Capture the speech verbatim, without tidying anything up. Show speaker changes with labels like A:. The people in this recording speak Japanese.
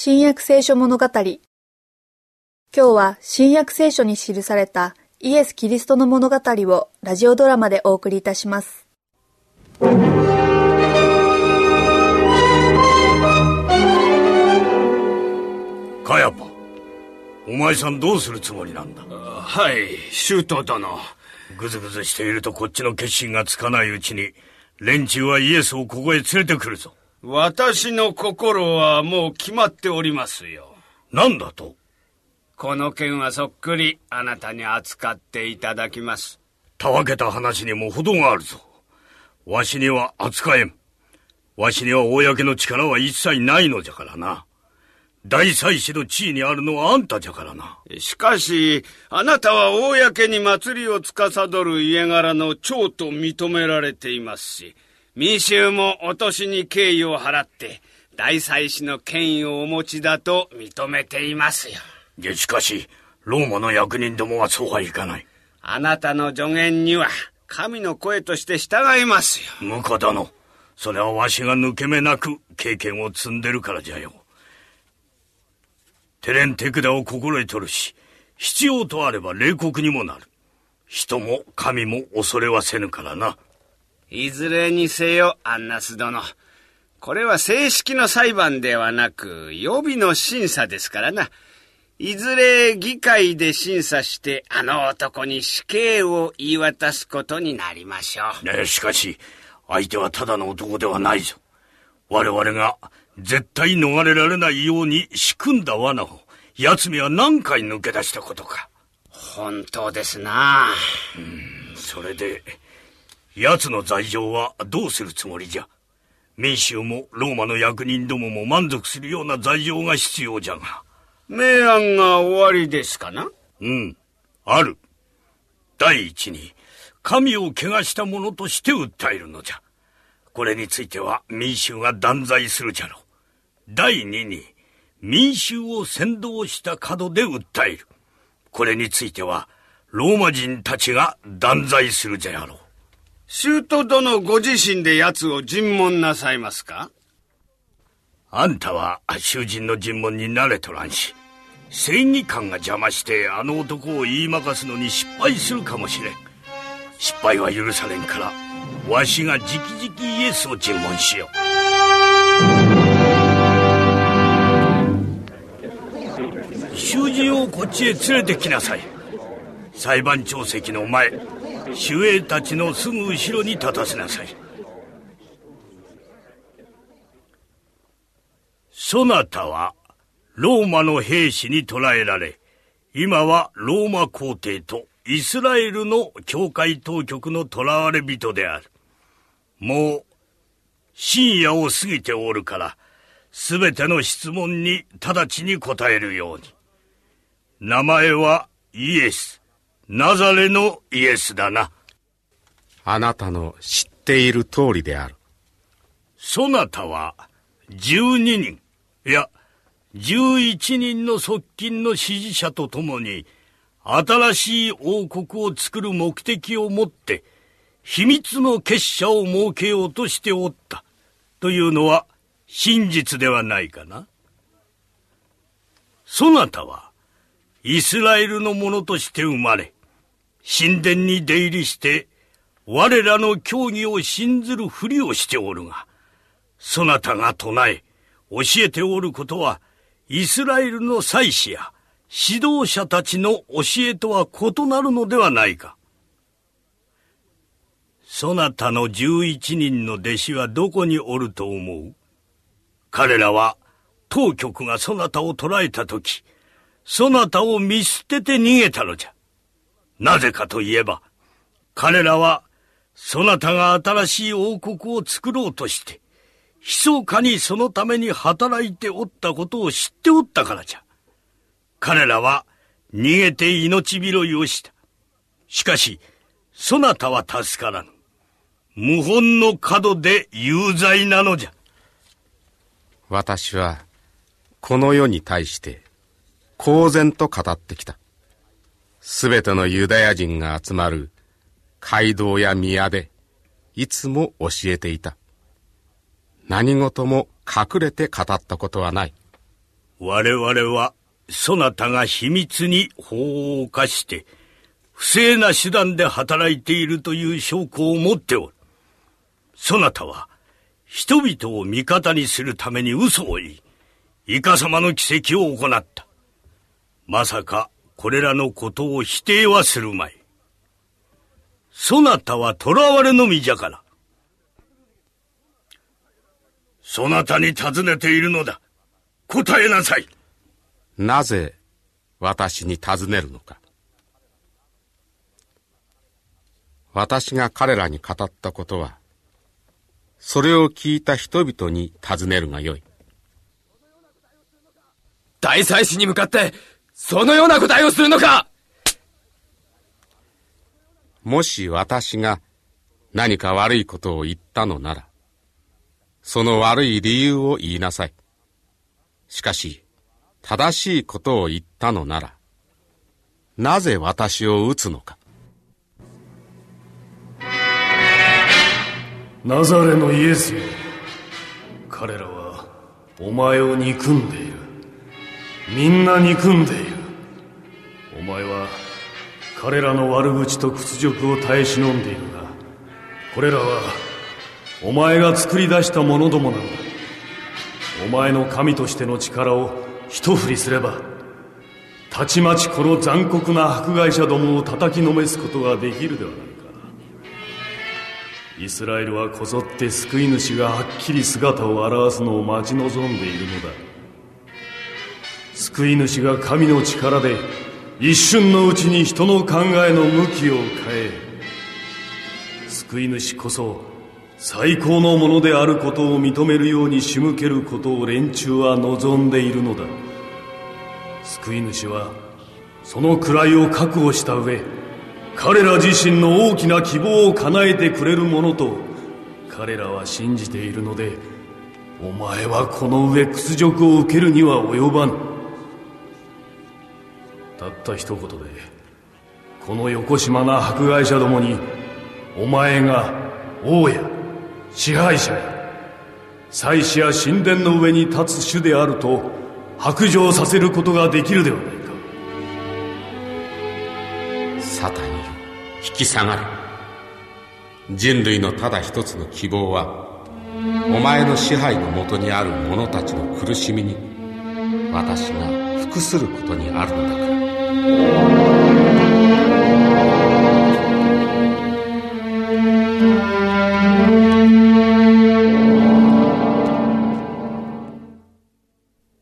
A: 新約聖書物語。今日は新約聖書に記されたイエス・キリストの物語をラジオドラマでお送りいたします。
B: カヤパ、お前さんどうするつもりなんだ？
C: はい、シュート殿。
B: ぐずぐずしているとこっちの決心がつかないうちに連中はイエスをここへ連れてくるぞ。
C: 私の心はもう決まっておりますよ。
B: なんだと？
C: この件はそっくりあなたに扱っていただきます。
B: たわけた話にも程があるぞ。わしには扱えん。わしには公の力は一切ないのじゃからな。大祭司の地位にあるのはあんたじゃからな。
C: しかしあなたは公に祭りを司る家柄の長と認められていますし、民衆もお年に敬意を払って大祭司の権威をお持ちだと認めていますよ。
B: いや、しかしローマの役人どもはそうはいかない。
C: あなたの助言には神の声として従いますよ。
B: 婿殿、それはわしが抜け目なく経験を積んでるからじゃよ。手練手管を心得とるし、必要とあれば冷酷にもなる。人も神も恐れはせぬからな。
C: いずれにせよアンナス殿、これは正式の裁判ではなく予備の審査ですからな。いずれ議会で審査してあの男に死刑を言い渡すことになりましょう。
B: ねえ、しかし相手はただの男ではないぞ。我々が絶対逃れられないように仕組んだ罠を奴めは何回抜け出したことか。
C: 本当ですな。
B: うん、それで奴の罪状はどうするつもりじゃ？民衆もローマの役人どもも満足するような罪状が必要じゃが。
C: 明暗が終わりですかな？
B: うん、ある。第一に神を汚した者として訴えるのじゃ。これについては民衆が断罪するじゃろう。第二に民衆を扇動した門で訴える。これについてはローマ人たちが断罪するじゃろう。
C: シュート殿ご自身で奴を尋問なさいますか？
B: あんたは囚人の尋問に慣れとらんし、正義感が邪魔してあの男を言いまかすのに失敗するかもしれん。失敗は許されんから、わしが直々イエスを尋問しよう。囚人をこっちへ連れてきなさい。裁判長席の前、守衛たちのすぐ後ろに立たせなさい。そなたはローマの兵士に捕らえられ、今はローマ皇帝とイスラエルの教会当局の囚われ人である。もう深夜を過ぎておるから、すべての質問に直ちに答えるように。名前はイエス、ナザレのイエスだな。
D: あなたの知っている通りである。
B: そなたはじゅうににん、いやじゅういちにんの側近の支持者と共に新しい王国を作る目的をもって秘密の結社を設けようとしておったというのは真実ではないかな。そなたはイスラエルの者として生まれ、神殿に出入りして我らの教義を信ずるふりをしておるが、そなたが唱え教えておることはイスラエルの祭司や指導者たちの教えとは異なるのではないか。そなたのじゅういちにんの弟子はどこにおると思う？彼らは当局がそなたを捕らえたとき、そなたを見捨てて逃げたのじゃ。なぜかといえば、彼らはそなたが新しい王国を作ろうとして密かにそのために働いておったことを知っておったからじゃ。彼らは逃げて命拾いをした。しかしそなたは助からぬ。謀反の門で有罪なのじゃ。
D: 私はこの世に対して公然と語ってきた。すべてのユダヤ人が集まる街道や宮でいつも教えていた。何事も隠れて語ったことはない。
B: 我々はそなたが秘密に法を犯して不正な手段で働いているという証拠を持っておる。そなたは人々を味方にするために嘘を言い、イカ様の奇跡を行った。まさかこれらのことを否定はするまい。そなたは囚われの身じゃから。そなたに尋ねているのだ。答えなさい。
D: なぜ私に尋ねるのか。私が彼らに語ったことは、それを聞いた人々に尋ねるがよい。
E: 大祭司に向かってそのような答えをするのか。
D: もし私が何か悪いことを言ったのなら、その悪い理由を言いなさい。しかし、正しいことを言ったのなら、なぜ私を撃つのか。
F: ナザレのイエスよ、彼らはお前を憎んでいる。みんな憎んでいる。お前は彼らの悪口と屈辱を耐え忍んでいるが、これらはお前が作り出したものどもなんだ。お前の神としての力を一振りすれば、たちまちこの残酷な迫害者どもを叩きのめすことができるではないか。イスラエルはこぞって救い主がはっきり姿を現すのを待ち望んでいるのだ。救い主が神の力で一瞬のうちに人の考えの向きを変え、救い主こそ最高のものであることを認めるように仕向けることを連中は望んでいるのだ。救い主はその位を覚悟した上、彼ら自身の大きな希望を叶えてくれるものと彼らは信じているので、お前はこの上屈辱を受けるには及ばぬ。たった一言でこのよこしまな迫害者どもに、お前が王や支配者や祭司や神殿の上に立つ主であると白状させることができるではないか。
D: サタンよ、引き下がれ。人類のただ一つの希望は、お前の支配のもとにある者たちの苦しみに私が服することにあるのだから。